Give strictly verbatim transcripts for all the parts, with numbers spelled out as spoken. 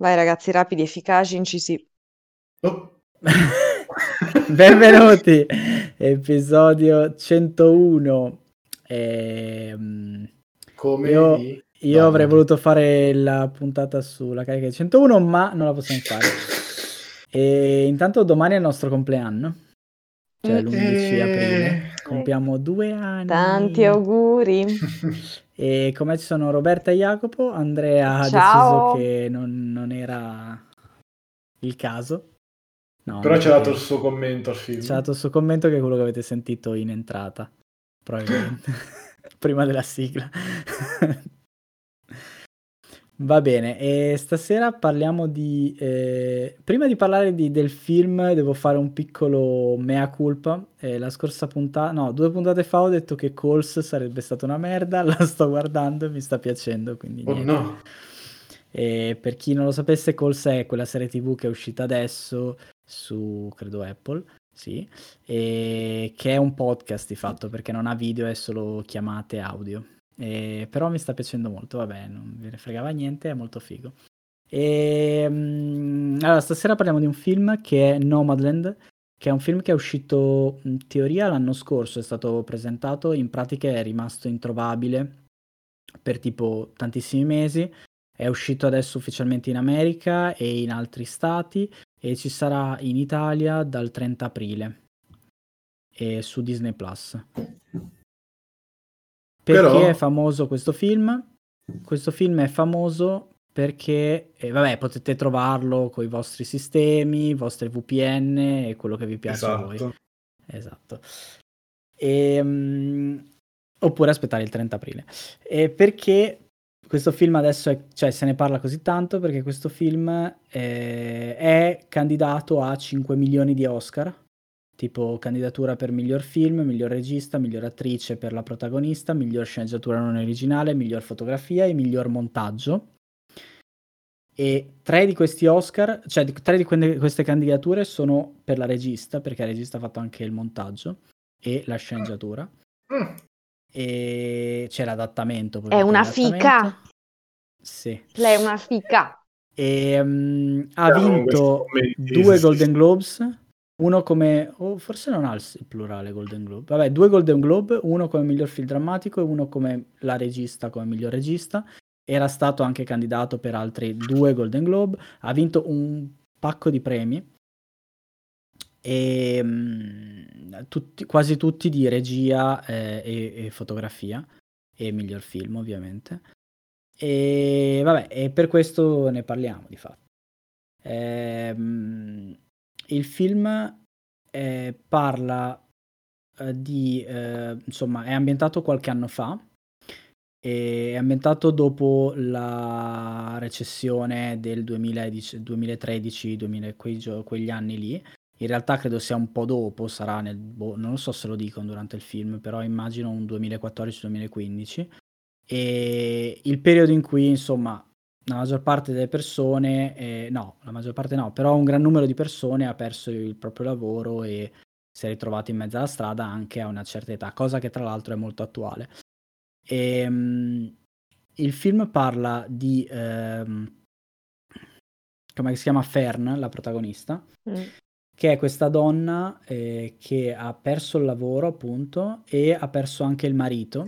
Vai ragazzi, rapidi, efficaci, incisivi. Oh. Benvenuti, episodio centouno. Ehm, Come io i io avrei bambini. voluto fare la puntata sulla carica di centouno, ma non la possiamo fare. E intanto domani è il nostro compleanno, cioè Mm. l'undici aprile. Eh, Compiamo due anni. Tanti auguri. E come ci sono Roberta e Jacopo, Andrea ha deciso Ciao. che non, non era il caso. No, Però non ci ha dato poteva. il suo commento al film. C'è dato il suo commento, che è quello che avete sentito in entrata, probabilmente, prima della sigla. Va bene, e stasera parliamo di... eh, prima di parlare di- del film devo fare un piccolo mea culpa. Eh, la scorsa puntata, no, due puntate fa ho detto che Calls sarebbe stata una merda, la sto guardando e mi sta piacendo, quindi Oh niente. no. E per chi non lo sapesse, Calls è quella serie tivù che è uscita adesso su, credo, Apple, sì, e che è un podcast di fatto, perché non ha video, è solo chiamate audio. E, però mi sta piacendo molto, vabbè, non ve ne fregava niente, è molto figo. E, mm, allora, stasera parliamo di un film che è Nomadland, che è un film che è uscito in teoria l'anno scorso, è stato presentato, in pratica è rimasto introvabile per tipo tantissimi mesi. È uscito adesso ufficialmente in America e in altri stati, e ci sarà in Italia dal trenta aprile e su Disney Plus. Perché Però è famoso questo film? Questo film è famoso perché, eh, vabbè, potete trovarlo con i vostri sistemi, i vostri V P N e quello che vi piace a voi. esatto. Esatto. E, mm, oppure aspettare il trenta aprile. E perché questo film adesso è, cioè, se ne parla così tanto? Perché questo film eh, è candidato a cinque milioni di Oscar, tipo candidatura per miglior film, miglior regista, miglior attrice per la protagonista, miglior sceneggiatura non originale, miglior fotografia e miglior montaggio. E tre di questi Oscar, cioè di- tre di que- queste candidature sono per la regista, perché il regista ha fatto anche il montaggio e la sceneggiatura. Mm. E c'è l'adattamento. Poi È perché una l'adattamento- fica. Sì. Lei è una fica. E, mm, ha Siamo con questi vinto commenti due sessisti. Golden Globes, uno come, o forse non ha il il plurale Golden Globe, vabbè, due Golden Globe, uno come miglior film drammatico e uno come la regista, come miglior regista. Era stato anche candidato per altri due Golden Globe, ha vinto un pacco di premi, e mm, tutti, quasi tutti di regia eh, e, e fotografia, e miglior film ovviamente. E vabbè, e per questo ne parliamo di fatto. Ehm, il film eh, parla eh, di, eh, insomma, è ambientato qualche anno fa, e è ambientato dopo la recessione del duemiladici duemilatredici, duemila, quei gio- quegli anni lì. In realtà credo sia un po' dopo, sarà nel, boh, non lo so se lo dicono durante il film, però immagino un duemilaquattordici duemilaquindici. E il periodo in cui, insomma, la maggior parte delle persone, eh, no, la maggior parte no, però un gran numero di persone ha perso il proprio lavoro e si è ritrovato in mezzo alla strada anche a una certa età, cosa che tra l'altro è molto attuale. E, mm, il film parla di, ehm, come si chiama, Fern, la protagonista, Mm. che è questa donna eh, che ha perso il lavoro, appunto, e ha perso anche il marito,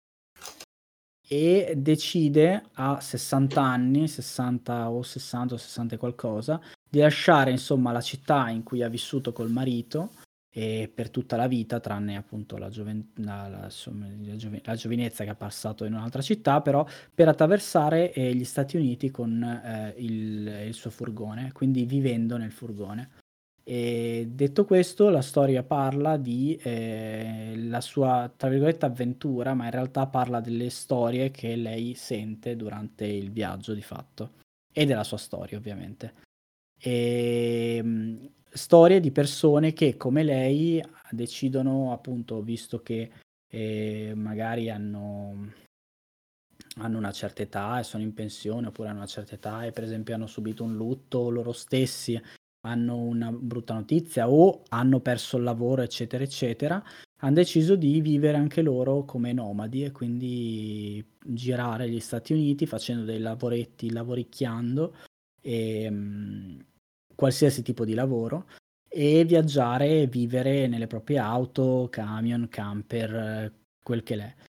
e decide a sessanta anni, sessanta o sessanta o sessanta e qualcosa, di lasciare, insomma, la città in cui ha vissuto col marito e per tutta la vita, tranne appunto la, gioven- la, la- insomma, la giove- la giovinezza che ha passato in un'altra città, però per attraversare eh, gli Stati Uniti con eh, il, il suo furgone, quindi vivendo nel furgone. E detto questo, la storia parla di eh, la sua, tra virgolette, avventura, ma in realtà parla delle storie che lei sente durante il viaggio di fatto, e della sua storia, ovviamente. E, mh, storie di persone che, come lei, decidono, appunto, visto che eh, magari hanno, hanno una certa età e sono in pensione, oppure hanno una certa età e per esempio hanno subito un lutto loro stessi, hanno una brutta notizia o hanno perso il lavoro, eccetera, eccetera, hanno deciso di vivere anche loro come nomadi e quindi girare gli Stati Uniti facendo dei lavoretti, lavoricchiando, e, mh, qualsiasi tipo di lavoro, e viaggiare e vivere nelle proprie auto, camion, camper, eh, quel che l'è.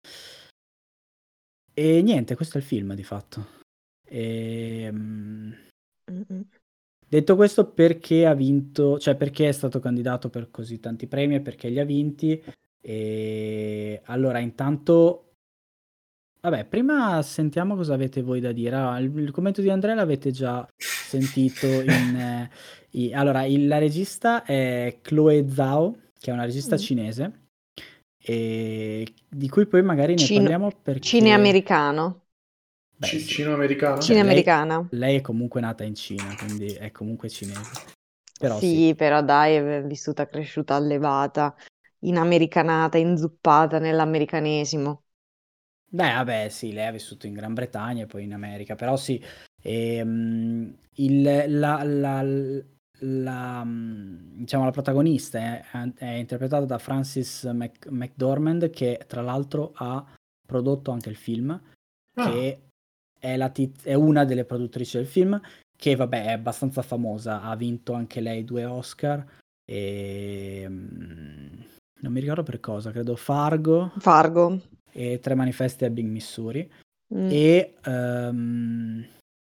E niente, questo è il film di fatto. E, mh, Mm-mm. detto questo, perché ha vinto, cioè perché è stato candidato per così tanti premi e perché li ha vinti? E allora, intanto, vabbè, prima sentiamo cosa avete voi da dire. Ah, il, il commento di Andrea l'avete già sentito in... eh, i- allora, il- la regista è Chloe Zhao, che è una regista Mm. cinese, e di cui poi magari ne Cino- parliamo perché... Cineamericano. Beh, Ci- sì. Cino-americano? Cioè, lei, Cineamericana. lei è comunque nata in Cina, quindi è comunque cinese. Però sì. Sì, però dai, è vissuta, cresciuta, allevata, inamericanata, inzuppata nell'americanesimo. Beh, vabbè, sì, lei ha vissuto in Gran Bretagna e poi in America, però sì, ehm, il, la, la, la, mm, diciamo, la protagonista è, è interpretata da Frances Mac- McDormand, che tra l'altro ha prodotto anche il film, Ah, che è, la tiz- è una delle produttrici del film, che vabbè è abbastanza famosa, ha vinto anche lei due Oscar, e mm, non mi ricordo per cosa, credo Fargo Fargo. e Tre manifesti a Ebbing, Missouri. Mm. E, ehm,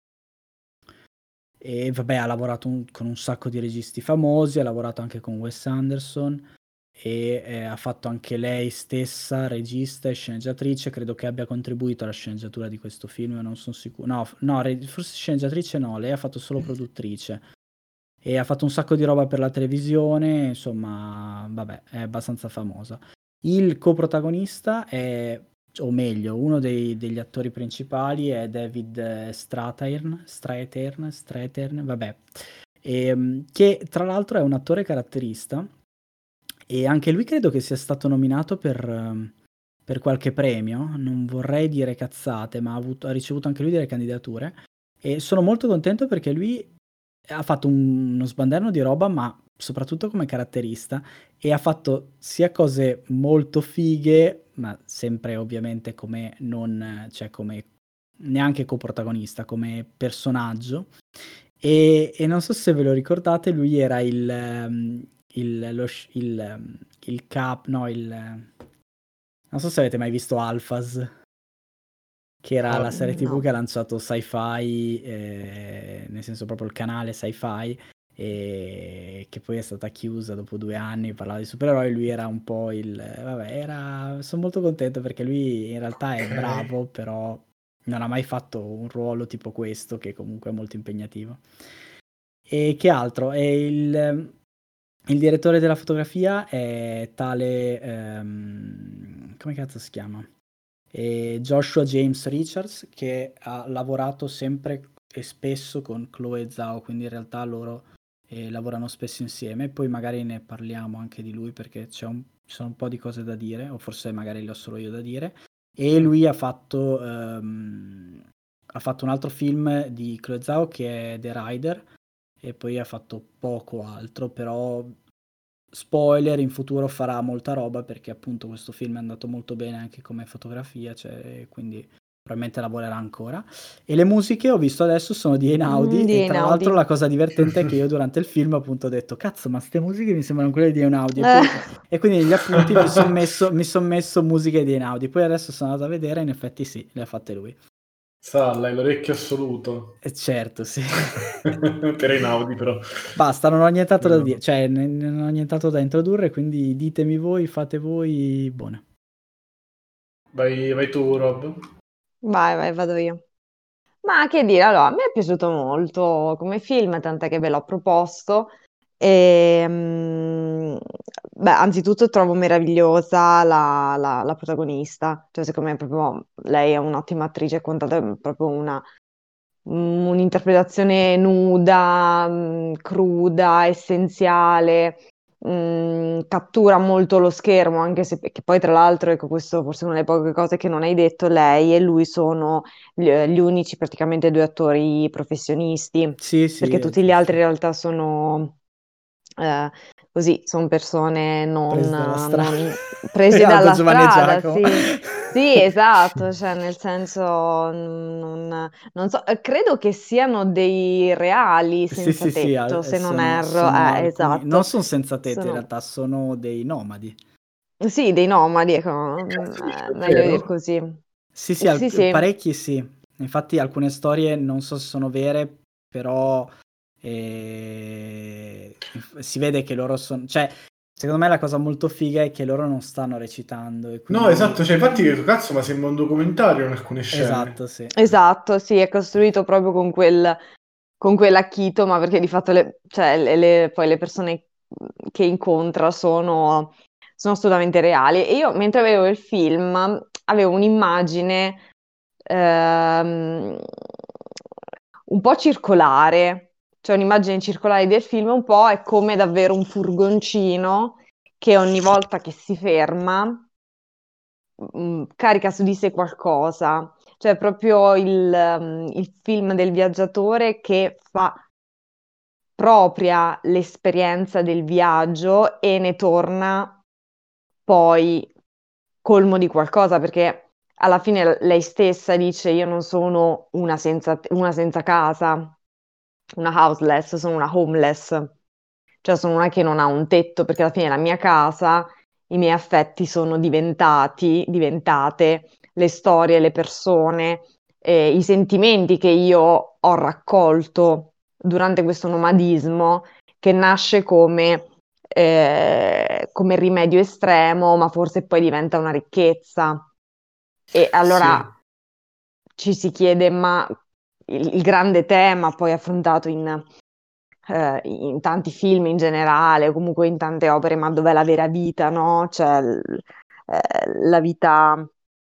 e vabbè, ha lavorato un- con un sacco di registi famosi, ha lavorato anche con Wes Anderson e eh, ha fatto anche lei stessa regista e sceneggiatrice. Credo che abbia contribuito alla sceneggiatura di questo film, non sono sicuro. No, f- no, re- forse sceneggiatrice no, lei ha fatto solo produttrice e ha fatto un sacco di roba per la televisione, insomma, vabbè, è abbastanza famosa. Il coprotagonista è, o meglio, uno dei- degli attori principali è David eh, Strathairn, Strathairn, Strathairn, vabbè, Ehm, che tra l'altro è un attore caratterista e anche lui credo che sia stato nominato per, ehm, per qualche premio, non vorrei dire cazzate, ma ha, avuto- ha ricevuto anche lui delle candidature e sono molto contento perché lui ha fatto un- uno sbanderno di roba, ma soprattutto come caratterista, e ha fatto sia cose molto fighe, ma sempre ovviamente come non, cioè come neanche coprotagonista, come personaggio. E, e non so se ve lo ricordate, lui era il, ehm, il, lo sci- il, ehm, il cap, no, il... Non so se avete mai visto Alphas, che era ah, la serie No. tivù che ha lanciato Sci-Fi, eh, nel senso proprio il canale Sci-Fi, e che poi è stata chiusa dopo due anni, parlava di supereroi, lui era un po' il... Vabbè, era... sono molto contento perché lui in realtà è ok. bravo, però non ha mai fatto un ruolo tipo questo, che comunque è molto impegnativo. E che altro? E il, il direttore della fotografia è tale... ehm, come cazzo si chiama? E Joshua James Richards, che ha lavorato sempre e spesso con Chloe Zhao, quindi in realtà loro eh, lavorano spesso insieme. Poi magari ne parliamo anche di lui perché c'è un, ci sono un po' di cose da dire, o forse magari le ho solo io da dire. E lui ha fatto, ehm, ha fatto un altro film di Chloe Zhao che è The Rider, e poi ha fatto poco altro, però spoiler, in futuro farà molta roba perché appunto questo film è andato molto bene anche come fotografia, cioè, quindi probabilmente lavorerà ancora. E le musiche ho visto adesso sono di Einaudi, Mm, di e tra l'altro Einaudi. la cosa divertente è che io durante il film appunto ho detto cazzo, ma ste musiche mi sembrano quelle di Einaudi, e, Eh, poi, e quindi negli appunti mi sono messo, mi son messo musiche di Einaudi, poi adesso sono andato a vedere e in effetti sì, le ha fatte lui. Salla, hai l'orecchio assoluto. E certo, sì. Per Einaudi, però. Basta, non ho nient'altro da No. dire, cioè ne- ne- non ho nient'altro da introdurre, quindi ditemi voi, fate voi, buona. Vai, vai tu, Rob. Vai, vai, vado io. Ma che dire, allora, a me è piaciuto molto come film, tant'è che ve l'ho proposto. E, mm, beh, anzitutto trovo meravigliosa la, la- la protagonista, cioè secondo me proprio lei è un'ottima attrice, è quant'altro è proprio una, mm, un'interpretazione nuda, mm, cruda, essenziale, mm, cattura molto lo schermo, anche se che poi tra l'altro, ecco, questo forse è una delle poche cose che non hai detto, lei e lui sono gli, gli unici praticamente due attori professionisti, Sì, sì, perché è tutti gli altri giusto. in realtà sono eh, così, sono persone non, Presi dalla strada. non presi Aldo dalla Giovanni e strada, Giacomo. sì. Sì, esatto, cioè nel senso, mm, non, non so, eh, credo che siano dei reali Sì, senza sì, sì, tetto, al- se non sono, erro, sono eh, alcuni, non esatto. sono senza tetto in Sono, realtà, sono dei nomadi. sì, dei nomadi, ecco, Che mm, cazzo dici, eh, meglio dir davvero? così. Sì, sì, Sì, alc- sì. parecchi sì. Infatti alcune storie non so se sono vere, però eh, inf- si vede che loro sono... Cioè, secondo me la cosa molto figa è che loro non stanno recitando e No, quindi... esatto, cioè infatti che cazzo, ma sembra un documentario in alcune scene. Esatto, sì. Esatto, sì, è costruito proprio con quel, con quell'acchito, ma perché di fatto le, cioè, le- le- poi le persone che incontra sono, sono assolutamente reali. E io mentre avevo il film avevo un'immagine ehm, un po' circolare, cioè un'immagine circolare del film un po' è come davvero un furgoncino che ogni volta che si ferma mh, carica su di sé qualcosa, cioè proprio il, um, il film del viaggiatore che fa propria l'esperienza del viaggio e ne torna poi colmo di qualcosa, perché alla fine lei stessa dice io non sono una senza, una senza casa, una houseless, sono una homeless, cioè sono una che non ha un tetto, perché alla fine la mia casa, i miei affetti sono diventati, diventate le storie, le persone, eh, i sentimenti che io ho raccolto durante questo nomadismo, che nasce come, eh, come rimedio estremo, ma forse poi diventa una ricchezza. E allora Sì, ci si chiede, ma il, il grande tema poi affrontato in, eh, in tanti film in generale, o comunque in tante opere, ma dov'è la vera vita, no? Cioè, l- eh, la vita,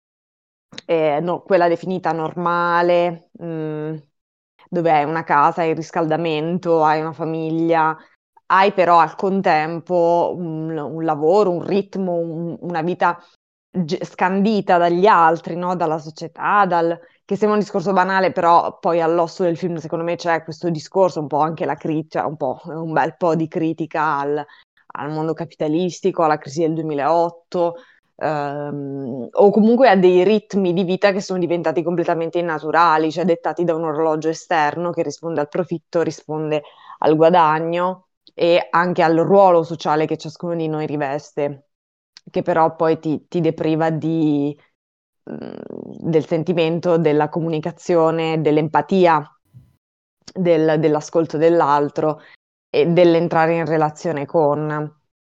eh, no, quella definita normale, mh, dove hai una casa, hai il riscaldamento, hai una famiglia, hai però al contempo un, un lavoro, un ritmo, un- una vita ge- scandita dagli altri, no? Dalla società, dal... che sembra un discorso banale, però poi all'osso del film secondo me c'è questo discorso, un po' anche la critica, un po', un bel po' di critica al, al mondo capitalistico, alla crisi del duemilaotto, ehm, o comunque a dei ritmi di vita che sono diventati completamente innaturali, cioè dettati da un orologio esterno che risponde al profitto, risponde al guadagno e anche al ruolo sociale che ciascuno di noi riveste, che però poi ti, ti depriva di, mh, del sentimento, della comunicazione, dell'empatia, del- dell'ascolto dell'altro e dell'entrare in relazione con.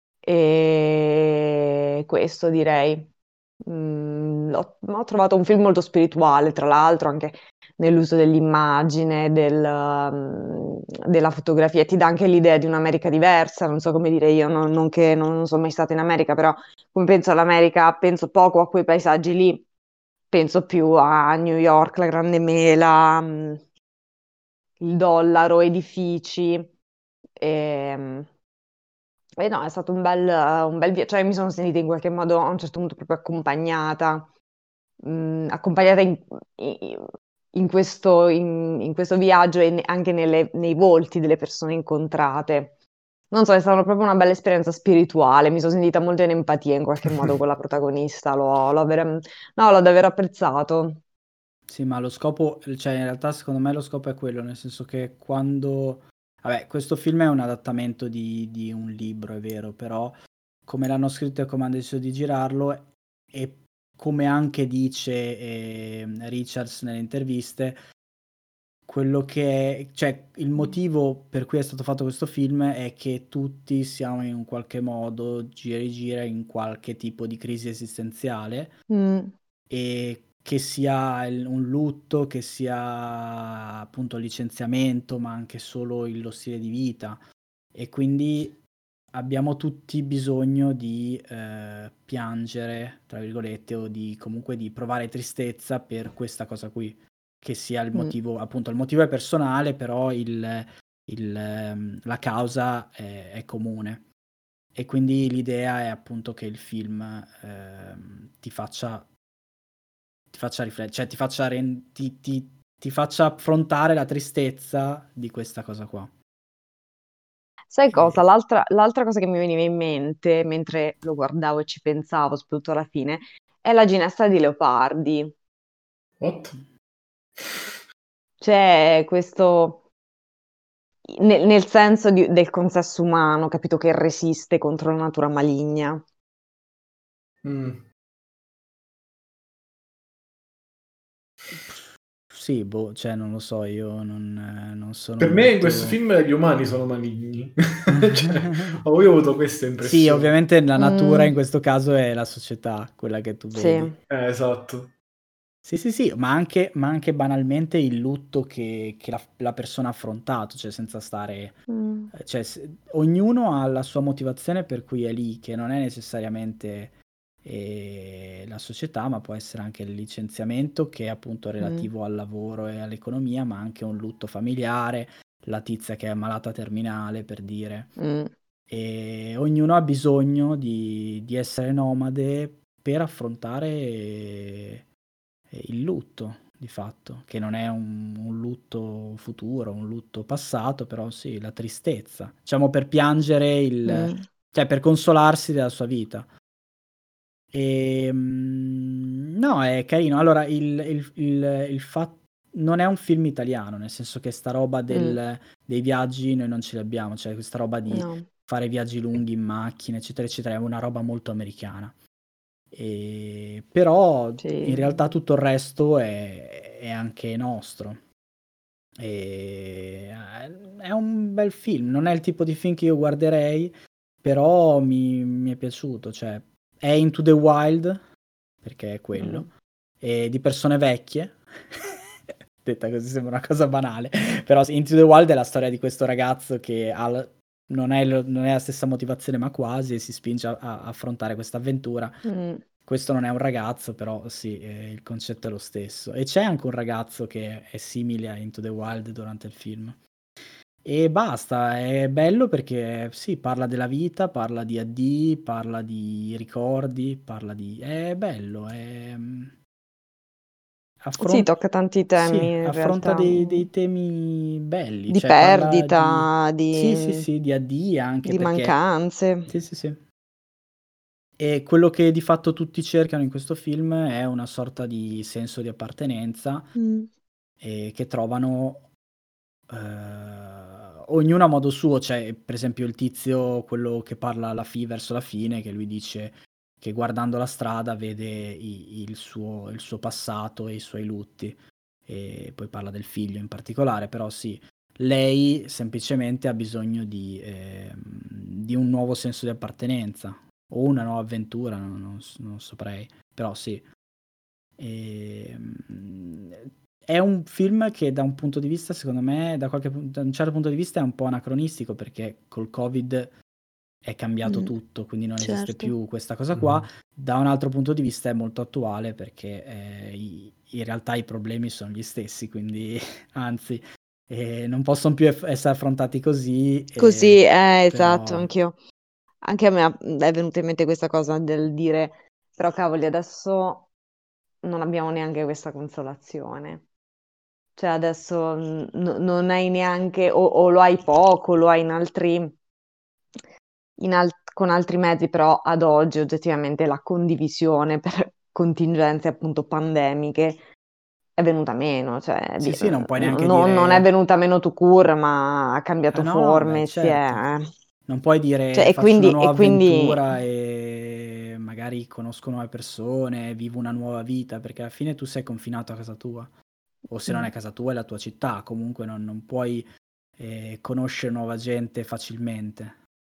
E questo direi. Mm, ho, ho trovato un film molto spirituale, tra l'altro, anche nell'uso dell'immagine, del, um, della fotografia. Ti dà anche l'idea di un'America diversa, non so come dire io, non, non che non, non sono mai stata in America, però come penso all'America, penso poco a quei paesaggi lì, penso più a New York, la Grande Mela, mm, il dollaro, edifici. E, e no, è stato un bel, un bel viaggio, cioè mi sono sentita in qualche modo a un certo punto proprio accompagnata, mh, accompagnata in, in- in questo, in, in questo viaggio e ne- anche nelle- nei volti delle persone incontrate. Non so, è stata proprio una bella esperienza spirituale, mi sono sentita molto in empatia in qualche modo con la protagonista, l'ho l'ho vera- no, l'ho davvero apprezzato. Sì, ma lo scopo, cioè in realtà secondo me lo scopo è quello, nel senso che quando... Vabbè, questo film è un adattamento di, di un libro, è vero, però come l'hanno scritto e come hanno deciso di girarlo e come anche dice eh, Richards nelle interviste, quello che è, cioè il motivo per cui è stato fatto questo film è che tutti siamo in un qualche modo, gira e gira, in qualche tipo di crisi esistenziale Mm, e che sia il- un lutto, che sia appunto il licenziamento, ma anche solo il- lo stile di vita. E quindi abbiamo tutti bisogno di eh, piangere, tra virgolette, o di comunque di provare tristezza per questa cosa qui, che sia il mm. motivo, appunto, il motivo è personale, però il, il, ehm, la causa è, è comune. E quindi l'idea è appunto che il film ehm, ti faccia ti faccia riflettere, cioè ti faccia, ren- ti, ti- ti faccia affrontare la tristezza di questa cosa qua. Sai cosa? che- L'altra l'altra cosa che mi veniva in mente mentre lo guardavo e ci pensavo, soprattutto alla fine, è La ginestra di Leopardi. What? C'è questo, nel, nel senso di- del consesso umano, capito, che resiste contro la natura maligna. Mm. Sì, boh, cioè non lo so, io non, eh, non sono Per me in questo molto... film gli umani sono maligni. Cioè, ho io ho avuto questa Sì, impressione. ovviamente la natura in Mm, questo caso è la società, quella che tu vedi. sì. Eh, esatto. Sì, sì, sì, ma anche, ma anche banalmente il lutto che, che la, la persona ha affrontato, cioè senza stare... Mm, eh, Cioè, se- ognuno ha la sua motivazione per cui è lì, che non è necessariamente eh, la società, ma può essere anche il licenziamento, che è appunto mm, relativo al lavoro e all'economia, ma anche un lutto familiare, la tizia che è malata terminale, per dire. mm, E ognuno ha bisogno di, di essere nomade per affrontare eh, il lutto, di fatto, che non è un, un lutto futuro, un lutto passato, però sì, la tristezza, diciamo per piangere il, mm, cioè per consolarsi della sua vita. E, mm, no, è carino. Allora, il, il, il, il fatto non è un film italiano, nel senso che sta roba mm, del, dei viaggi noi non ce l'abbiamo, cioè questa roba di no, fare viaggi lunghi in macchina, eccetera, eccetera, è una roba molto americana. E, però in realtà sì. tutto il resto è, è anche nostro. E, eh, è un bel film, non è il tipo di film che io guarderei, però mi, mi è piaciuto, cioè è Into the Wild, perché è Mm, quello, e di persone vecchie. Detta così sembra una cosa banale, però sì, Into the Wild è la storia di questo ragazzo che ha l- non è, lo- non è la stessa motivazione, ma quasi, e si spinge a, a affrontare questa avventura. mm. Questo non è un ragazzo, però sì, eh, il concetto è lo stesso. E c'è anche un ragazzo che è simile a Into the Wild durante il film. E basta, è bello perché sì, parla della vita, parla di addii, parla di ricordi, parla di... È bello, è... Sì, affronta... tocca tanti Sì, temi in affronta realtà, dei, mm, dei temi belli, di cioè parla di... perdita, Sì, sì, di, sì, di addii anche di perché... mancanze. Sì, sì, sì. E quello che di fatto tutti cercano in questo film è una sorta di senso di appartenenza Mm, e che trovano eh, ognuno a modo suo. C'è per esempio il tizio, quello che parla alla fi verso la fine, che lui dice che guardando la strada vede i- il suo, il suo passato e i suoi lutti, e poi parla del figlio in particolare, però sì, lei semplicemente ha bisogno di, ehm, di un nuovo senso di appartenenza o una nuova avventura, non, non s- non saprei, però sì. Ehm, è un film che da un punto di vista, secondo me, da, qualche, pu- da un certo punto di vista è un po' anacronistico perché col Covid è cambiato mm, tutto, quindi non esiste certo. più questa cosa qua. Mm. Da un altro punto di vista è molto attuale perché eh, i- in realtà i problemi sono gli stessi, quindi anzi, eh, non possono più eff- essere affrontati così, eh, Così, eh, esatto, però... anch'io. Anche a me è venuta in mente questa cosa del dire, però cavoli, adesso non abbiamo neanche questa consolazione. Cioè adesso mm, n- non hai neanche, o, o lo hai poco, lo hai in altri, in al- con altri mezzi, però ad oggi oggettivamente la condivisione per contingenze appunto pandemiche è venuta meno, cioè Sì, di- sì, non puoi no- neanche no- non è dire... venuta meno tout court, ma ha Ah cambiato no, no, beh, forme, si certo. è... Non puoi Cioè, dire e faccio una quindi, nuova e quindi avventura e magari conosco nuove persone, vivo una nuova vita, perché alla fine tu sei confinato a casa tua. O se non è mm, casa tua è la tua città, comunque non, non puoi eh, conoscere nuova gente facilmente.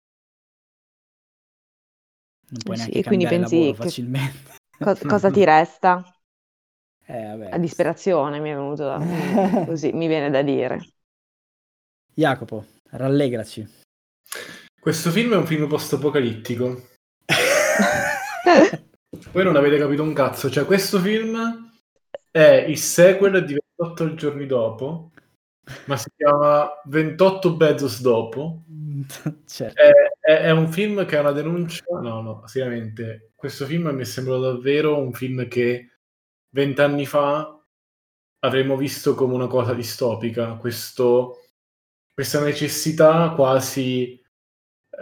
Non eh puoi sì, neanche e quindi cambiare lavoro pensi che facilmente. cos- cosa ti resta? Eh, A vabbè, questo. disperazione mi è venuto da- mi- così, mi viene da dire. Jacopo, rallegraci. Questo film è un film post-apocalittico. Voi non avete capito un cazzo. Cioè, questo film è il sequel di ventotto giorni dopo, ma si chiama ventotto Bezos dopo. È, Certo. è- è un film che è una denuncia. No, no, seriamente. Questo film mi è sembrato davvero un film che vent'anni fa avremmo visto come una cosa distopica. Questo, questa necessità quasi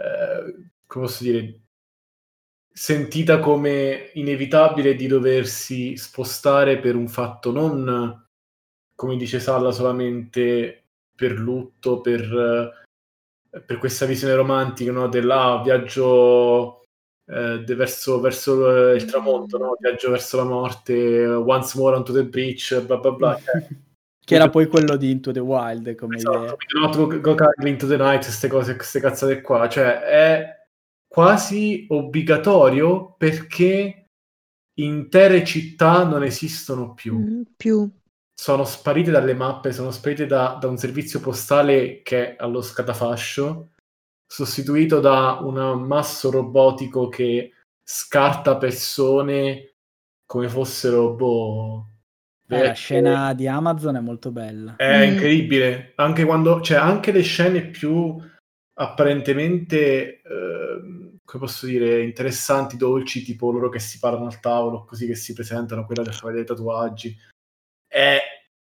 eh, come posso dire, sentita come inevitabile di doversi spostare per un fatto non, come dice Salla, solamente per lutto, per, per questa visione romantica, no? Della ah, viaggio eh, de- verso, verso il tramonto, no? Viaggio verso la morte, once more onto the breach, bla bla bla. Che era poi quello di Into the Wild come idea. Esatto, go, go, go Into the Night, queste cose, queste cazzate qua, cioè è quasi obbligatorio perché intere città non esistono più. Mm, più. Sono sparite dalle mappe, sono sparite da, da un servizio postale che è allo scatafascio, sostituito da un ammasso robotico che scarta persone come fossero, boh... Eh, la vecchie. scena di Amazon è molto bella. È Mm. incredibile, anche quando, cioè anche le scene più apparentemente, eh, come posso dire, interessanti, dolci, tipo loro che si parlano al tavolo, così che si presentano, quella che fa vedere i tatuaggi, è,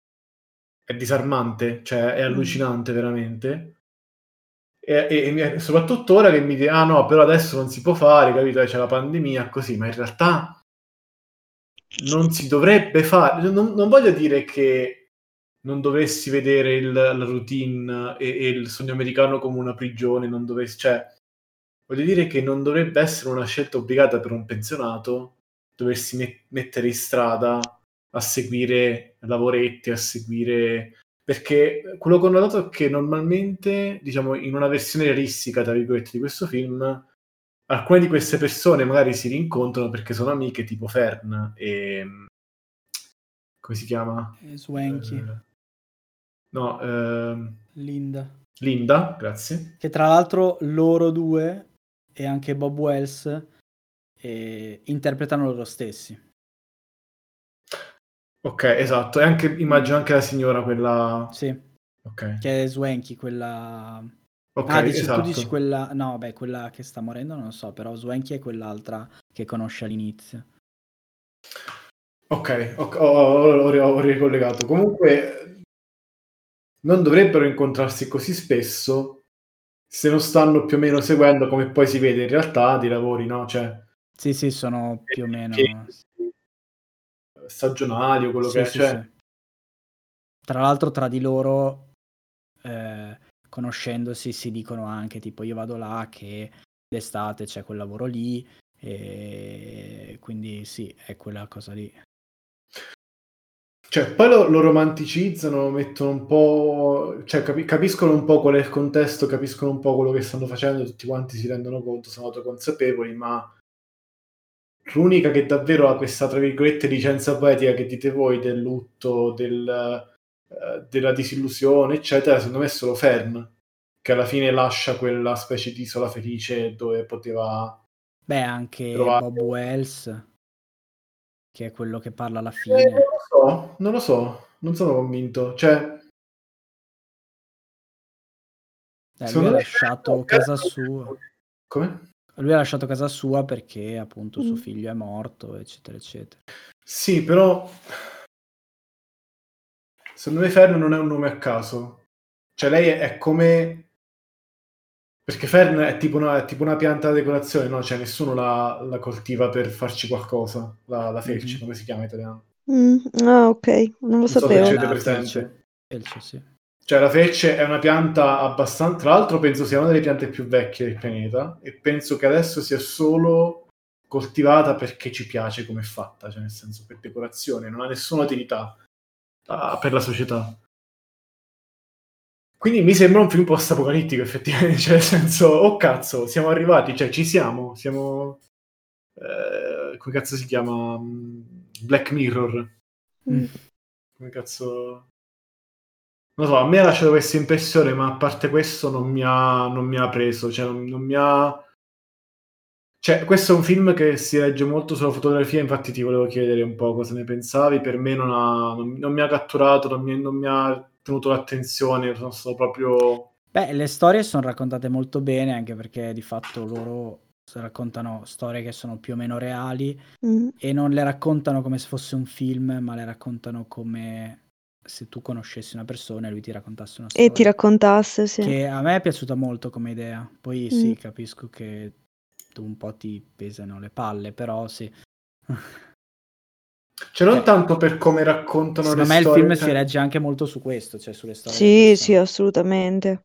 è disarmante, cioè è allucinante veramente. E, e- e soprattutto ora che mi dice, ah no, però adesso non si può fare, capito? C'è la pandemia, così, ma in realtà non si dovrebbe fare. Non, non voglio dire che non dovresti vedere il, la routine e, e il sogno americano come una prigione, non dovresti, cioè, voglio dire che non dovrebbe essere una scelta obbligata per un pensionato doversi met- mettere in strada a seguire lavoretti, a seguire... Perché quello che ho notato è che normalmente, diciamo, in una versione realistica, tra virgolette, di questo film, alcune di queste persone magari si rincontrano perché sono amiche, tipo Fern e... come si chiama? E Swanky, Eh, no, ehm, Linda. Linda, grazie. Che tra l'altro loro due e anche Bob Wells eh, interpretano loro stessi. Ok, esatto. E anche, immagino anche la signora, quella... Sì, Ok, che è Swanky, quella... ok, Ah, dici, tu esatto. dici quella... No, beh, quella che sta morendo non lo so, però Swanky è quell'altra che conosce all'inizio. Ok, ok, ho, ho- ho- ho ricollegato. Comunque non dovrebbero incontrarsi così spesso se non stanno più o meno seguendo, come poi si vede in realtà, dei lavori, no? Cioè, Sì, sì, sono più o meno... stagionali o quello Sì, che è. sì, Cioè, sì. Tra l'altro tra di loro, eh, conoscendosi, si dicono anche tipo io vado là che d'estate c'è quel lavoro lì e quindi sì, è quella cosa lì. cioè, poi lo, lo romanticizzano, mettono un po', cioè capi- capiscono un po' qual è il contesto, capiscono un po' quello che stanno facendo, tutti quanti si rendono conto, sono autoconsapevoli, ma l'unica che davvero ha questa, tra virgolette, licenza poetica che dite voi del lutto, del, eh, della disillusione, eccetera, secondo me è solo Fern, che alla fine lascia quella specie di isola felice dove poteva Beh, anche trovare... Bob Wells, che è quello che parla alla Eh, fine. non lo so, non lo so, non sono convinto. Cioè, Eh, lui ha secondo me... lasciato casa sua. Come? Lui ha lasciato casa sua perché appunto suo Mm. figlio è morto, eccetera, eccetera. Sì, però secondo me Fern non è un nome a caso. Cioè lei è, è come... Perché Fern è tipo una, è tipo una pianta da decorazione, no? Cioè nessuno la, la coltiva per farci qualcosa. La, la felce, Mhm. come si chiama in italiano? Mm. Ah, ok, non lo Non so se sapevo. ce l'avete La presente. felce. Felce, sì. Cioè la felce è una pianta abbastanza... Tra l'altro penso sia una delle piante più vecchie del pianeta e penso che adesso sia solo coltivata perché ci piace come è fatta, cioè nel senso per decorazione, non ha nessuna utilità uh, per la società. Quindi mi sembra un film post-apocalittico, effettivamente, cioè nel senso, oh cazzo, siamo arrivati, cioè ci siamo, siamo... Eh, come cazzo si chiama? Black Mirror. Mm. Come cazzo... Non so, a me ha lasciato questa impressione, ma a parte questo non mi ha, non mi ha preso, cioè non, non mi ha... Cioè, questo è un film che si regge molto sulla fotografia, infatti ti volevo chiedere un po' cosa ne pensavi, per me non, ha, non, non mi ha catturato, non mi, non mi ha tenuto l'attenzione, sono stato proprio... Beh, le storie sono raccontate molto bene, anche perché di fatto loro raccontano storie che sono più o meno reali Mm. e non le raccontano come se fosse un film, ma le raccontano come se tu conoscessi una persona e lui ti raccontasse una E ti storia. raccontasse, sì. Che a me è piaciuta molto come idea. Poi Mm. sì, capisco che tu un po' ti pesano le palle, però sì. Cioè, non Cioè, tanto per come raccontano le secondo me il storie, film si cioè- regge anche molto su questo, cioè sulle storie delle Sì, sì, persone. assolutamente.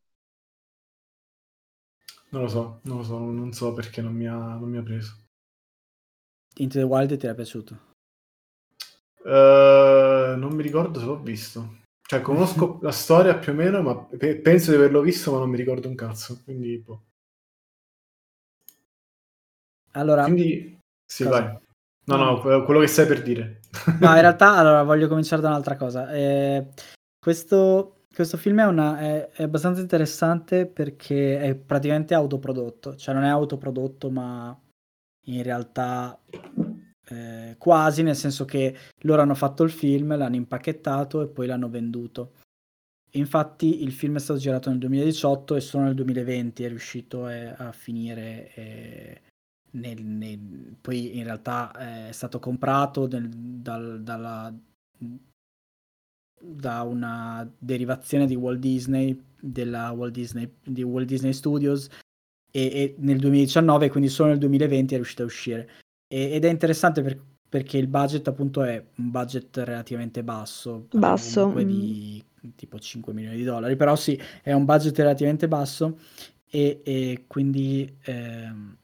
non lo so, non lo so, non so perché non mi ha, non mi ha preso. Into the Wild ti era piaciuto? Eh, non mi ricordo se l'ho visto. Cioè, conosco la storia più o meno, ma pe- penso di averlo visto, ma non mi ricordo un cazzo. Quindi, boh. Allora, Quindi sì, cosa? vai. No, No, no, no. que- quello che stai per dire. No, in realtà, allora, voglio cominciare da un'altra cosa. Eh, questo, questo film è, una, è, è abbastanza interessante perché è praticamente autoprodotto. Cioè, non è autoprodotto, ma in realtà eh, quasi, nel senso che loro hanno fatto il film, l'hanno impacchettato e poi l'hanno venduto. Infatti il film è stato girato nel duemiladiciotto e solo nel duemilaventi è riuscito eh, a finire. eh, nel- nel- poi in realtà eh, è stato comprato nel- dal- dalla- da una derivazione di Walt Disney, della Walt Disney, di Walt Disney Studios e, e nel duemiladiciannove, quindi solo nel duemilaventi è riuscito a uscire. E- ed è interessante per- perché il budget appunto è un budget relativamente basso, parliamo Basso. comunque mm. di tipo cinque milioni di dollari, però sì, è un budget relativamente basso e, e quindi ehm,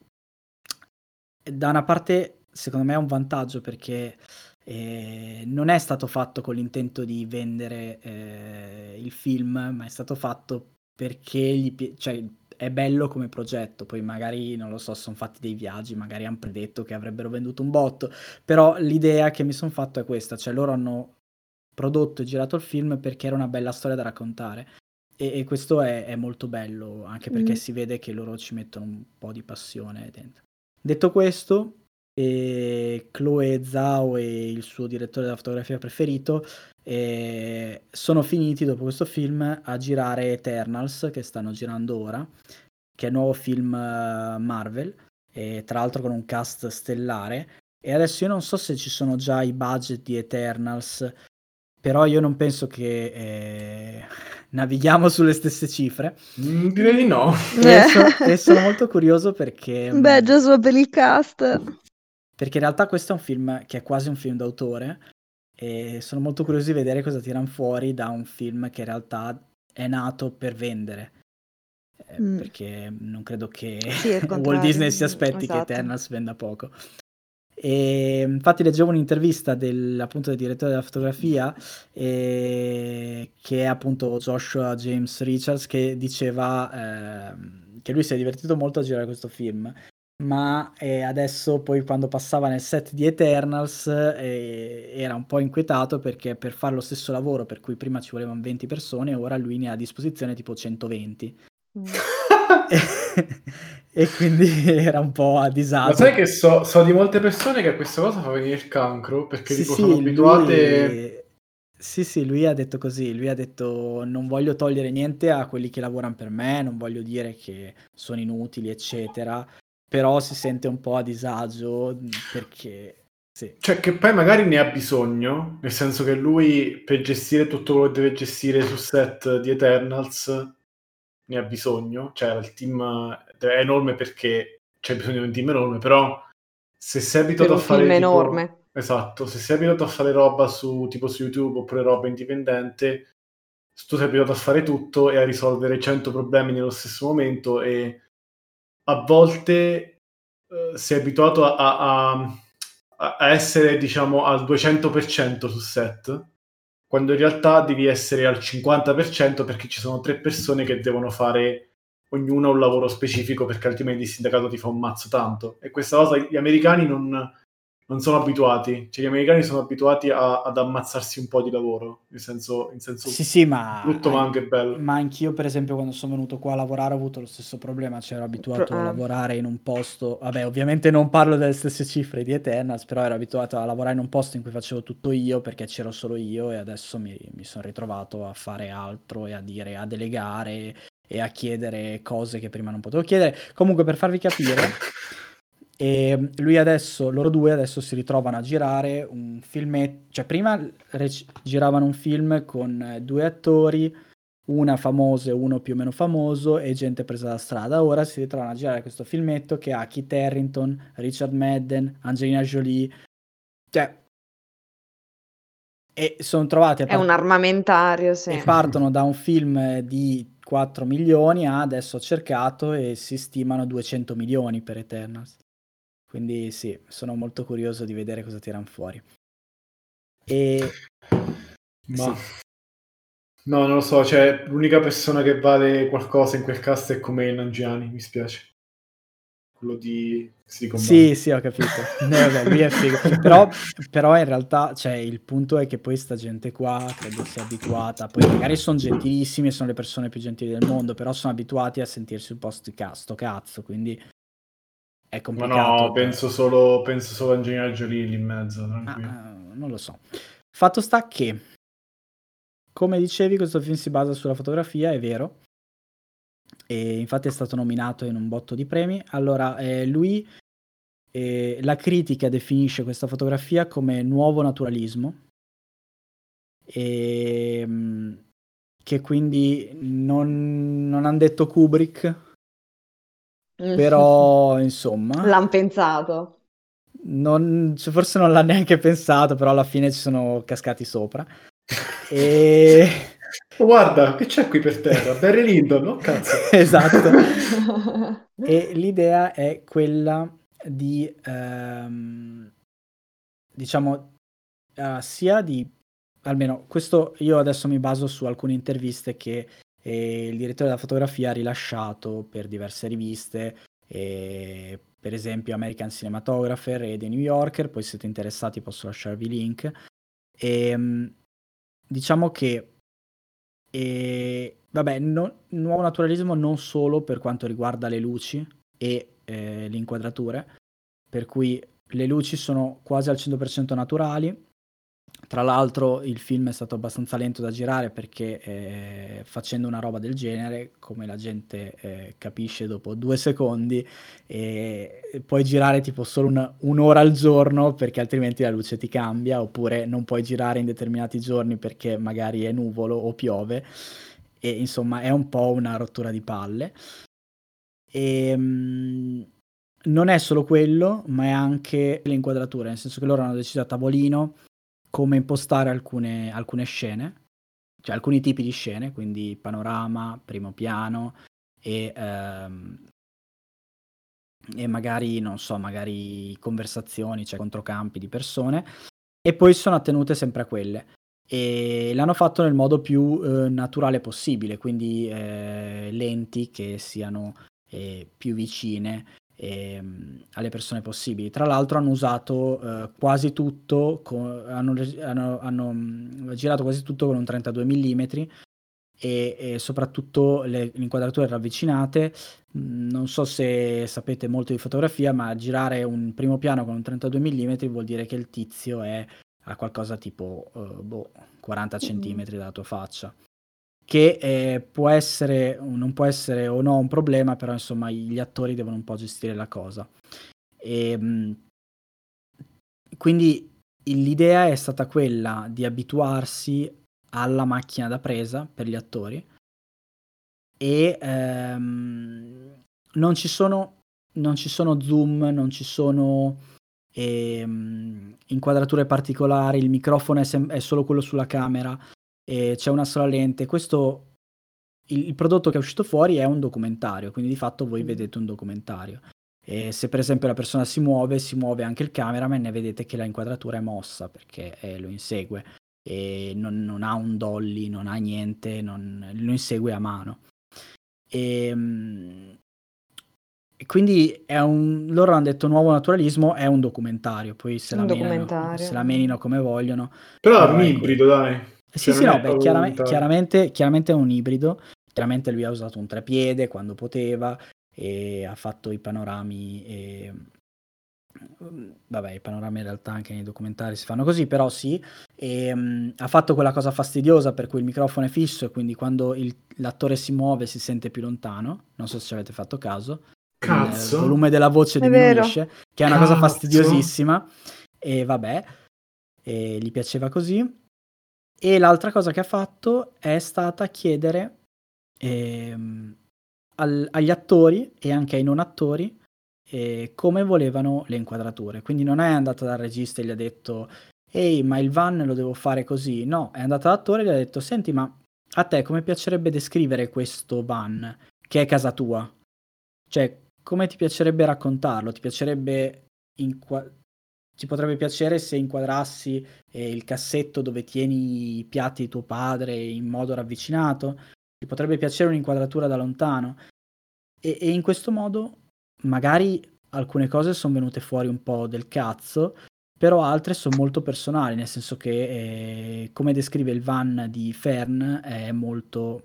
da una parte secondo me è un vantaggio perché eh, non è stato fatto con l'intento di vendere eh, il film, ma è stato fatto perché gli pi- cioè, è bello come progetto. Poi magari, non lo so, sono fatti dei viaggi, magari hanno predetto che avrebbero venduto un botto, però l'idea che mi sono fatto è questa, cioè loro hanno prodotto e girato il film perché era una bella storia da raccontare. E, e questo è, è molto bello, anche perché Mm. si vede che loro ci mettono un po' di passione dentro. Detto questo, eh, Chloe Zhao e il suo direttore della fotografia preferito eh, sono finiti dopo questo film a girare Eternals, che stanno girando ora, che è il nuovo film eh, Marvel, e tra l'altro con un cast stellare. E adesso io non so se ci sono già i budget di Eternals, però io non penso che eh, navighiamo sulle stesse cifre. Mm, direi di no. E, so- e sono molto curioso perché, Beh, mh, già solo per il cast. perché in realtà questo è un film che è quasi un film d'autore e sono molto curioso di vedere cosa tirano fuori da un film che in realtà è nato per vendere. Eh, Mm. perché non credo che Sì, è il Walt contrario. Disney si Mm, aspetti che esatto. Eternals venda poco. E infatti leggevo un'intervista del, appunto, del direttore della fotografia eh, che è appunto Joshua James Richards, che diceva ehm, che lui si è divertito molto a girare questo film, ma eh, adesso poi quando passava nel set di Eternals eh, era un po' inquietato perché per fare lo stesso lavoro per cui prima ci volevano venti persone, ora lui ne ha a disposizione tipo centoventi. Mm. E quindi era un po' a disagio. Ma sai che so, so di molte persone che a questa cosa fa venire il cancro, perché Sì, tipo sono sì, abituate... lui... Sì, sì, lui ha detto così, lui ha detto non voglio togliere niente a quelli che lavorano per me, non voglio dire che sono inutili, eccetera, però si sente un po' a disagio perché... Sì. Cioè, che poi magari ne ha bisogno, nel senso che lui per gestire tutto quello che deve gestire sul set di Eternals ne ha bisogno, cioè il team è enorme perché c'è bisogno di un team enorme, però se sei abituato Per a un fare film tipo... enorme. Esatto, se sei abituato a fare roba su tipo su YouTube oppure roba indipendente, tu sei abituato a fare tutto e a risolvere cento problemi nello stesso momento e a volte eh, sei abituato a, a- a- a essere diciamo al duecento per cento sul set, quando in realtà devi essere al cinquanta per cento perché ci sono tre persone che devono fare ognuna un lavoro specifico perché altrimenti il sindacato ti fa un mazzo tanto. E questa cosa gli americani non, non sono abituati, cioè gli americani sono abituati a- ad ammazzarsi un po' di lavoro, in senso, in senso Sì, sì, ma, brutto ma anche bello. ma anch'io, per esempio, quando sono venuto qua a lavorare ho avuto lo stesso problema, cioè ero abituato Pro- a ah. lavorare in un posto, vabbè, ovviamente non parlo delle stesse cifre di Eternals, però ero abituato a lavorare in un posto in cui facevo tutto io perché c'ero solo io e adesso mi, mi sono ritrovato a fare altro e a dire, a delegare e a chiedere cose che prima non potevo chiedere. Comunque, per farvi capire, E lui adesso, loro due adesso si ritrovano a girare un filmetto, cioè prima rec- giravano un film con eh, due attori, una famosa e uno più o meno famoso e gente presa da strada. Ora si ritrovano a girare questo filmetto che ha Kit Harington, Richard Madden, Angelina Jolie, cioè e sono trovati a È un part- armamentario, sì. e partono da un film di quattro milioni a adesso ho cercato e si stimano duecento milioni per Eternals. Quindi sì, sono molto curioso di vedere cosa tirano fuori. E Ma sì. no, non lo so, cioè l'unica persona che vale qualcosa in quel cast è come Nanjiani, mi spiace. Quello di Silicon Valley. Sì, sì, ho capito. Eh, vabbè, lui è figo. Però, però in realtà, cioè, il punto è che poi sta gente qua credo sia abituata. Poi magari sono gentilissimi e sono le persone più gentili del mondo, però sono abituati a sentirsi un po' sti ca- sto cazzo, quindi è Ma complicato. no, per- penso solo, penso solo a Angelina Jolie lì in mezzo, Ah, tranquillo. ah, non lo so. Fatto sta che, come dicevi, questo film si basa sulla fotografia, è vero. E infatti è stato nominato in un botto di premi. Allora, eh, lui, eh, la critica definisce questa fotografia come nuovo naturalismo, e, mh, che quindi non, non hanno detto Kubrick, però insomma, L'han pensato. non, cioè, forse non l'ha neanche pensato, però alla fine ci sono cascati sopra. E... Oh, guarda, che c'è qui per terra? Barry Lyndon, no? Cazzo. Esatto. E l'idea è quella di, ehm, diciamo, uh, sia di, almeno questo io adesso mi baso su alcune interviste che eh, il direttore della fotografia ha rilasciato per diverse riviste, eh, per esempio American Cinematographer e The New Yorker, poi se siete interessati posso lasciarvi i link. E, um, diciamo che e vabbè, no, nuovo naturalismo non solo per quanto riguarda le luci e eh, le inquadrature, per cui le luci sono quasi al cento per cento naturali. Tra l'altro il film è stato abbastanza lento da girare perché eh, facendo una roba del genere, come la gente eh, capisce dopo due secondi, eh, puoi girare tipo solo una, un'ora al giorno perché altrimenti la luce ti cambia, oppure non puoi girare in determinati giorni perché magari è nuvolo o piove, e insomma è un po' una rottura di palle. E, mh, non è solo quello, ma è anche le inquadrature, nel senso che loro hanno deciso a tavolino come impostare alcune, alcune scene, cioè alcuni tipi di scene, quindi panorama, primo piano e, ehm, e magari, non so, magari conversazioni, cioè controcampi di persone, e poi sono attenute sempre a quelle. E l'hanno fatto nel modo più eh, naturale possibile, quindi eh, lenti che siano eh, più vicine ehm, alle persone possibili. Tra l'altro hanno usato eh, quasi tutto, co- hanno, hanno, hanno mh, girato quasi tutto con un trentadue millimetri e, e soprattutto le, le inquadrature ravvicinate. Mh, Non so se sapete molto di fotografia, ma girare un primo piano con un trentadue millimetri vuol dire che il tizio è a qualcosa tipo eh, boh, quaranta centimetri dalla tua faccia, che eh, può essere, non può essere o no un problema, però insomma gli attori devono un po' gestire la cosa. E, mh, quindi l'idea è stata quella di abituarsi alla macchina da presa per gli attori e ehm, non ci sono non ci sono zoom, non ci sono ehm, inquadrature particolari, il microfono è, sem- è solo quello sulla camera, e c'è una sola lente. Questo il, il prodotto che è uscito fuori è un documentario, quindi di fatto voi Mm. vedete un documentario. E se per esempio la persona si muove, si muove anche il cameraman e vedete che la inquadratura è mossa perché eh, lo insegue e non, non ha un dolly, non ha niente, non, lo insegue a mano. E, mm, e quindi è un, loro hanno detto nuovo naturalismo, è un documentario, poi se la Un menino, documentario. se la menino come vogliono, Però è però un è quello. ibrido, dai. Eh Sì, Cioè, sì, non no, è beh, chiarame- volontario. chiaramente, chiaramente è un ibrido, chiaramente lui ha usato un trepiede quando poteva e ha fatto i panorami e mm, vabbè, i panorami in realtà anche nei documentari si fanno così, però sì, e, mm, ha fatto quella cosa fastidiosa per cui il microfono è fisso e quindi quando il- l'attore si muove si sente più lontano, non so se ci avete fatto caso. Cazzo. Il volume della voce È diminuisce, vero. che è una cosa Cazzo. fastidiosissima, e vabbè, e gli piaceva così. E l'altra cosa che ha fatto è stata chiedere ehm, al- agli attori e anche ai non attori eh, come volevano le inquadrature. Quindi non è andata dal regista e gli ha detto ehi, ma il van lo devo fare così. No, è andata dall'attore e gli ha detto senti, ma a te come piacerebbe descrivere questo van che è casa tua? Cioè, come ti piacerebbe raccontarlo? Ti piacerebbe inqua- ti potrebbe piacere se inquadrassi eh, il cassetto dove tieni i piatti di tuo padre in modo ravvicinato? Ti potrebbe piacere un'inquadratura da lontano? E, e in questo modo magari alcune cose sono venute fuori un po' del cazzo, però altre sono molto personali, nel senso che eh, come descrive il van di Fern è molto,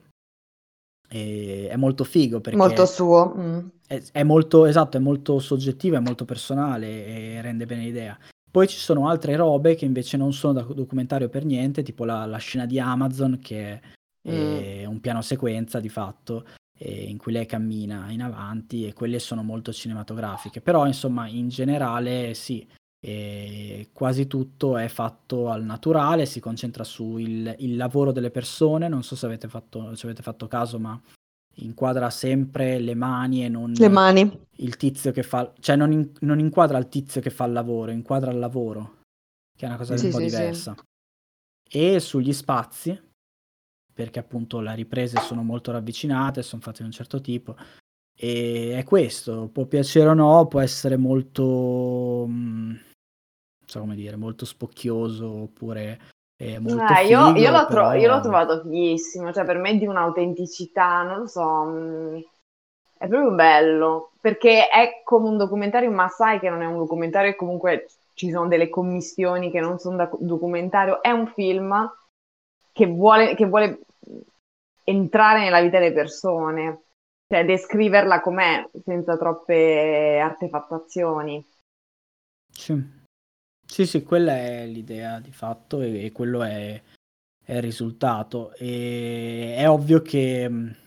eh, è molto figo Molto perché suo. mm. è, è molto, esatto, è molto soggettivo, è molto personale e rende bene l'idea. Poi ci sono altre robe che invece non sono da documentario per niente, tipo la, la scena di Amazon che è, Mm. è un piano sequenza di fatto, eh, in cui lei cammina in avanti e quelle sono molto cinematografiche. Però insomma in generale sì, eh, quasi tutto è fatto al naturale, si concentra sul il lavoro delle persone. Non so se avete fatto, se avete fatto caso, ma inquadra sempre le mani e Le non mani. il tizio che fa, cioè non, in- non inquadra il tizio che fa il lavoro, inquadra il lavoro, che è una cosa un Sì, po' sì, sì. diversa. E sugli spazi, perché appunto le riprese sono molto ravvicinate, sono fatte di un certo tipo, e è questo, può piacere o no, può essere molto, mm, non so come dire, molto spocchioso oppure eh, molto Eh, io, io figo, l'ho tro- io l'ho però trovato fighissimo, cioè per me è di un'autenticità, non lo so, mm, è proprio bello, perché è come un documentario, ma sai che non è un documentario e comunque ci sono delle commissioni che non sono da documentario, è un film che vuole, che vuole entrare nella vita delle persone, cioè descriverla com'è, senza troppe artefattazioni. sì. Sì, sì, quella è l'idea di fatto e, e quello è, è il risultato. E è ovvio che, mh,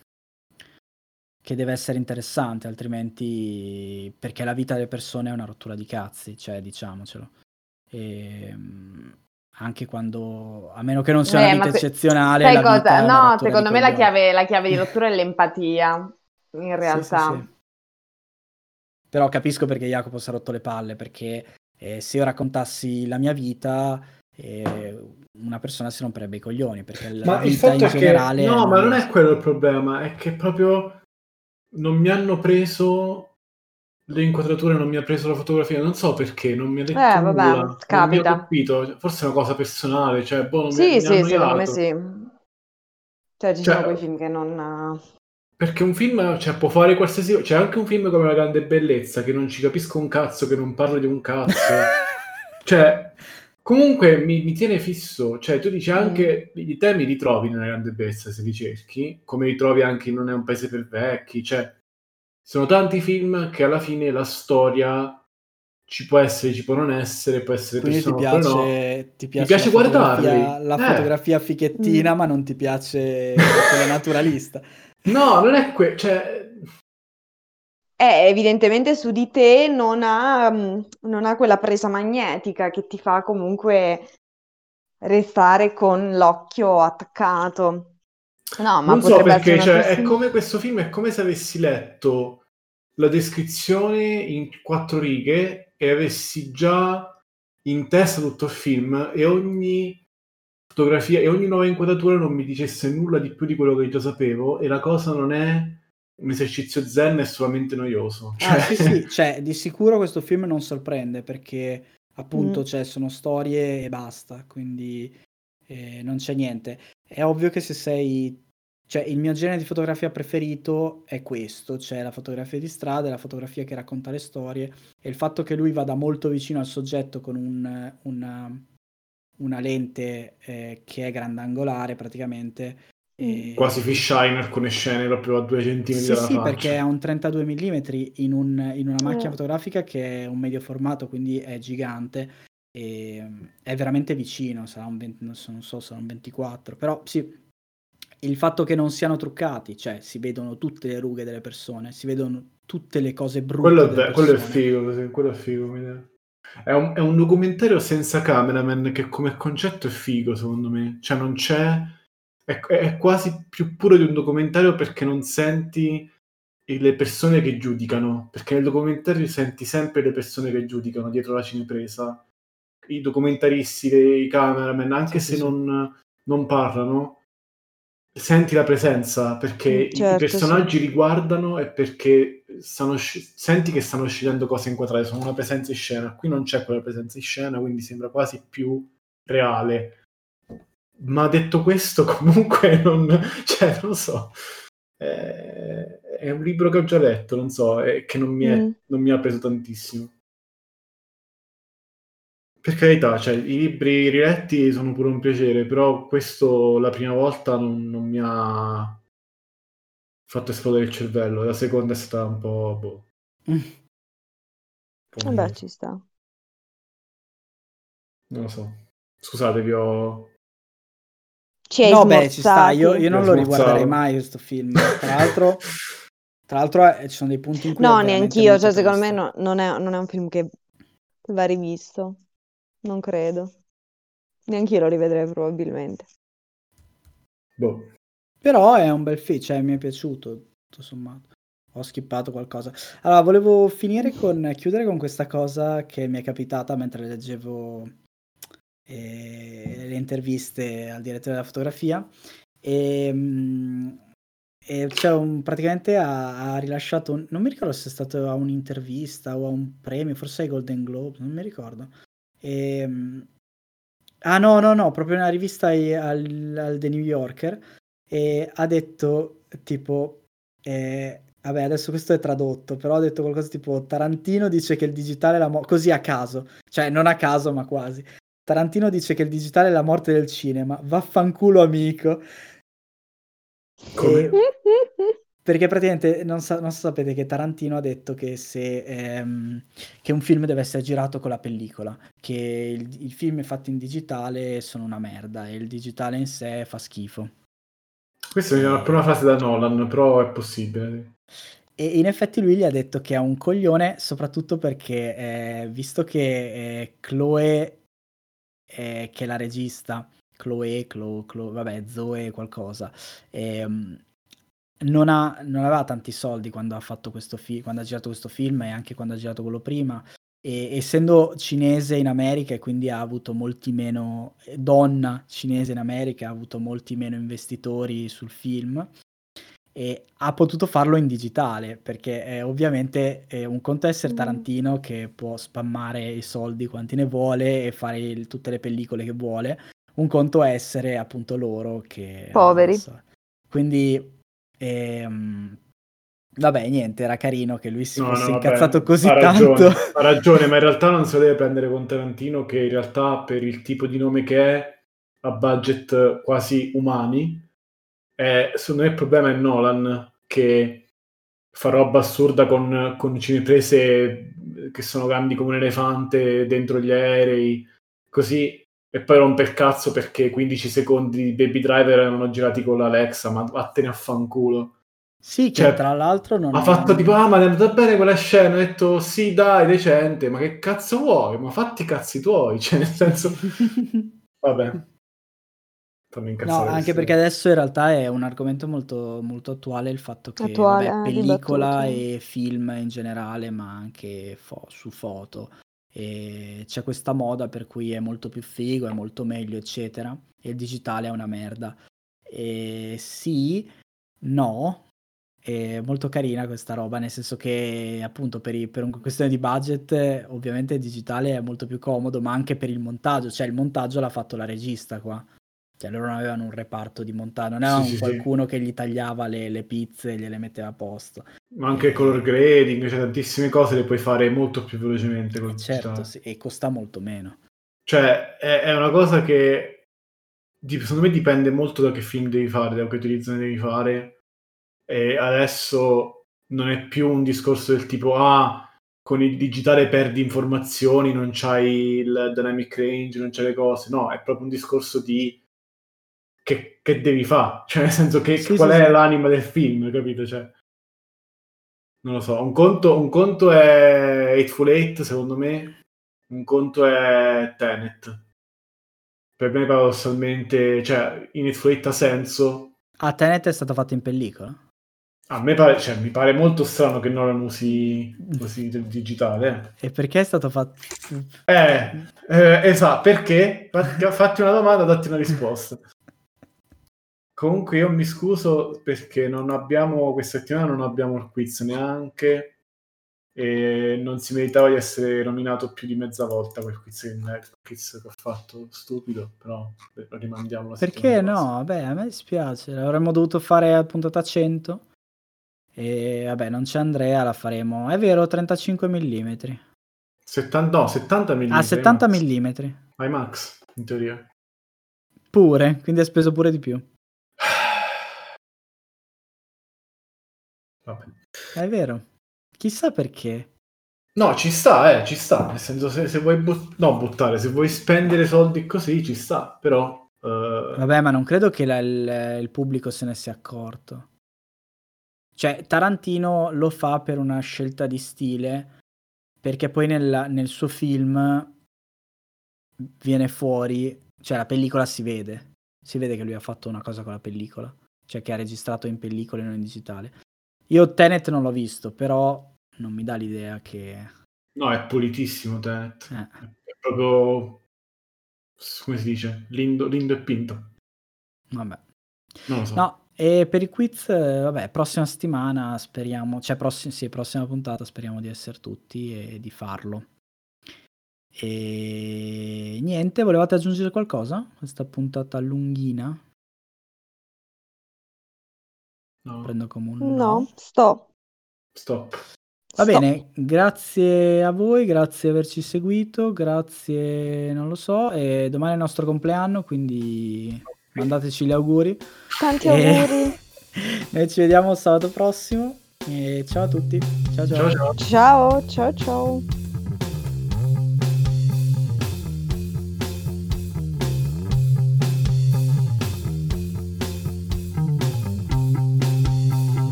che deve essere interessante, altrimenti perché la vita delle persone è una rottura di cazzi, cioè diciamocelo. E, mh, anche quando, a meno che non sia una Eh, ma vita se- eccezionale, sai la cosa? vita è una No, rottura di secondo me la coglioni. chiave, la chiave di rottura è l'empatia, in Sì, sì, sì. realtà. Però capisco perché Jacopo si è rotto le palle, perché eh, se io raccontassi la mia vita, eh, una persona si romperebbe i coglioni, perché la Ma il vita fatto in è che, generale è no, ma non è noiosa. quello il problema, è che proprio non mi hanno preso le inquadrature, non mi ha preso la fotografia, non so perché, non mi ha detto Eh, vabbè, nulla, non mi ha capita. colpito, forse è una cosa personale, cioè, boh, non mi, Sì, mi ha sì, secondo me annoiato. sì. Cioè, ci sono Cioè, quei film che non... perché un film, cioè, può fare qualsiasi... C'è anche un film come La grande bellezza, che non ci capisco un cazzo, che non parla di un cazzo. Cioè, comunque mi, mi tiene fisso. Cioè, tu dici Mm. anche... I temi li trovi nella grande bellezza, se li cerchi, come li trovi anche in Non è un paese per vecchi. Cioè, sono tanti film che alla fine la storia ci può essere, ci può non essere, può essere Quindi ti personale oppure no. piace, ti Mi piace la piace guardarli. fotografia, la Eh, fotografia Mm. fichettina, ma non ti piace quella naturalista. no, non è que... Cioè... Eh, evidentemente su di te non ha, mm, non ha quella presa magnetica che ti fa comunque restare con l'occhio attaccato. No, ma Non so potrebbe essere perché, una cioè, è questione... come questo film, è come se avessi letto la descrizione in quattro righe e avessi già in testa tutto il film e ogni fotografia e ogni nuova inquadratura non mi dicesse nulla di più di quello che già sapevo e la cosa non è un esercizio zen, è solamente noioso. Ah, Cioè, sì, sì, cioè, di sicuro questo film non sorprende perché appunto, Mm. cioè, sono storie e basta, quindi eh, non c'è niente. È ovvio che se sei, cioè, il mio genere di fotografia preferito è questo, cioè la fotografia di strada, e la fotografia che racconta le storie e il fatto che lui vada molto vicino al soggetto con un, una, una lente eh, che è grandangolare praticamente. Mm. quasi E, fisheye in alcune scene proprio a due centimetri sì, dalla sì, perché faccia. ha un trentadue millimetri in, un- in una macchina Eh. fotografica che è un medio formato, quindi è gigante e mm, è veramente vicino, sarà un venti, non so, non so, sarà un ventiquattro, però sì, il fatto che non siano truccati, cioè si vedono tutte le rughe delle persone, si vedono tutte le cose brutte Quello è, delle be- quello è persone. figo, sì, quello è figo. mi de- È un, è un documentario senza cameraman che come concetto è figo, secondo me. Cioè non c'è... È, è quasi più puro di un documentario perché non senti le persone che giudicano. Perché nel documentario senti sempre le persone che giudicano dietro la cinepresa. I documentaristi, i cameraman, anche Sì, se sì, sì. non, non parlano, senti la presenza perché Mm, i, i certo, sì. personaggi li guardano e perché stanno sci- senti che stanno scegliendo cose inquadrate, sono una presenza in scena. Qui non c'è quella presenza in scena, quindi sembra quasi più reale. Ma detto questo, comunque non, cioè, non lo so. È, è un libro che ho già letto, non so, e che non mi, è- Mm. non mi ha preso tantissimo. Per carità, cioè, i libri riletti sono pure un piacere, però questo la prima volta non, non mi ha fatto esplodere il cervello, la seconda è stata un po', boh, Mm. un po' Vabbè, noiosa. ci sta. Non lo so. Scusate, vi ho, Ci hai No, beh, ci sta, io, smorzati? io vi ho non lo riguarderei smorzato. mai questo film. Tra l'altro, tra l'altro eh, ci sono dei punti in cui è No, veramente neanch'io, molto cioè secondo me triste. no- non è, non è un film che va rivisto, non credo. Neanch'io lo rivedrei probabilmente. Boh. Però è un bel film, cioè mi è piaciuto, tutto sommato. Ho skippato qualcosa. Allora, volevo finire con, chiudere con questa cosa che mi è capitata mentre leggevo eh, le interviste al direttore della fotografia. E, mm, e c'è un, praticamente ha, ha rilasciato, un- non mi ricordo se è stato a un'intervista o a un premio, forse ai Golden Globe, non mi ricordo. E, mm, ah no, no, no, proprio una rivista ai- al, al The New Yorker e ha detto tipo, eh, vabbè adesso questo è tradotto, però ha detto qualcosa tipo Tarantino dice che il digitale è la morte, così a caso, cioè non a caso ma quasi. Tarantino dice che il digitale è la morte del cinema, vaffanculo amico. Come? E perché praticamente non, sa- non so, sapete che Tarantino ha detto che se ehm, che un film deve essere girato con la pellicola, che il, il film fatto in digitale sono una merda e il digitale in sé fa schifo. Questa è la prima E, frase da Nolan, però è possibile. e in effetti lui gli ha detto che è un coglione, soprattutto perché eh, visto che eh, Chloe, eh, che è la regista, Chloe, Chloe, Chloe, vabbè, Zoe qualcosa, ehm, non, ha, non aveva tanti soldi quando ha fatto questo film, quando ha girato questo film e anche quando ha girato quello prima. E essendo cinese in America e quindi ha avuto molti meno, eh, donna cinese in America, ha avuto molti meno investitori sul film e ha potuto farlo in digitale perché eh, ovviamente eh, un conto è essere Mm. Tarantino che può spammare i soldi quanti ne vuole e fare il- tutte le pellicole che vuole, un conto è essere appunto loro che non Poveri. so. Quindi ehm, vabbè niente, era carino che lui si No, no, fosse vabbè, incazzato ha così tanto. ragione, ha ragione, ma in realtà non si deve prendere con Tarantino che in realtà per il tipo di nome che è, ha budget quasi umani. Eh, secondo me il problema è Nolan, che fa roba assurda con, con cineprese che sono grandi come un elefante dentro gli aerei, così, e poi rompe il cazzo perché quindici secondi di Baby Driver erano girati con l'Alexa, ma vattene a fanculo. Sì, che Cioè, tra l'altro ha non, fatto tipo, non- ah, ma è andata bene quella scena, ho detto, sì, dai, decente, ma che cazzo vuoi? Ma fatti i cazzi tuoi, cioè, nel senso, vabbè, fammi No, incazzare anche queste perché cose. adesso in realtà è un argomento molto, molto attuale il fatto che, vabbè, Attuale, eh, pellicola dibattuto. e film in generale, ma anche fo- su foto. E c'è questa moda per cui è molto più figo, è molto meglio, eccetera. E il digitale è una merda. E sì, no, è molto carina questa roba, nel senso che appunto per, i- per una questione di budget, eh, ovviamente il digitale è molto più comodo, ma anche per il montaggio, cioè il montaggio l'ha fatto la regista qua. Cioè loro non avevano un reparto di montaggio, non Sì, avevano un sì, sì. qualcuno che gli tagliava le, le pizze e gliele metteva a posto. Ma anche il color E, grading, cioè tantissime cose le puoi fare molto più velocemente e col certo, digitale. sì, e costa molto meno. Cioè, è, è una cosa che di- secondo me dipende molto da che film devi fare, da che utilizzo ne devi fare. E adesso non è più un discorso del tipo, ah, con il digitale perdi informazioni, non c'hai il dynamic range, non c'hai le cose. No, è proprio un discorso di che, che devi fare. Cioè, nel senso che Sì, qual sì, è sì. l'anima del film, capito? Cioè, non lo so, un conto, un conto è Hateful Eight, secondo me, un conto è Tenet. Per me paradossalmente, cioè, in Hateful Eight ha senso. Ah, Tenet è stato fatto in pellicola? A me pare, cioè, mi pare molto strano che Nolan usi, usi il digitale. E perché è stato fatto? Eh, eh, esatto, perché? Fatti, fatti una domanda, datti una risposta. Comunque io mi scuso perché non abbiamo, questa settimana non abbiamo il quiz neanche, e non si meritava di essere nominato più di mezza volta quel quiz che, il quiz che ho fatto, stupido, però lo rimandiamo la Perché settimana prossima. no? Vabbè, a me dispiace, l'avremmo dovuto fare a puntata cento e vabbè, non c'è Andrea, la faremo, è vero, trentacinque millimetri. settanta, no, settanta millimetri. Ah, settanta IMAX. millimetri. IMAX, in teoria. Pure, quindi ha speso pure di più. Vabbè. È vero. Chissà perché. No, ci sta, eh, ci sta. Nel senso, se, se vuoi but- no, buttare, se vuoi spendere soldi così, ci sta. Però... Uh... Vabbè, ma non credo che la, il, il pubblico se ne sia accorto. Cioè, Tarantino lo fa per una scelta di stile, perché poi nel, nel suo film viene fuori, cioè la pellicola si vede. Si vede che lui ha fatto una cosa con la pellicola. Cioè che ha registrato in pellicola e non in digitale. Io Tenet non l'ho visto, però non mi dà l'idea che... No, è pulitissimo Tenet. Eh. È proprio... come si dice? Lindo, lindo e pinto. Vabbè. Non lo so. No, e per il quiz, vabbè, prossima settimana speriamo, cioè prossima, sì, prossima puntata speriamo di essere tutti e di farlo. E niente, volevate aggiungere qualcosa? Questa puntata lunghina? No. Prendo come un No, no. sto. Stop. Va Stop. bene, grazie a voi, grazie di averci seguito, grazie, non lo so, e domani è il nostro compleanno, quindi mandateci gli auguri. Tanti e... auguri. Noi ci vediamo sabato prossimo e ciao a tutti. Ciao ciao. Ciao ciao. Ciao, ciao, ciao.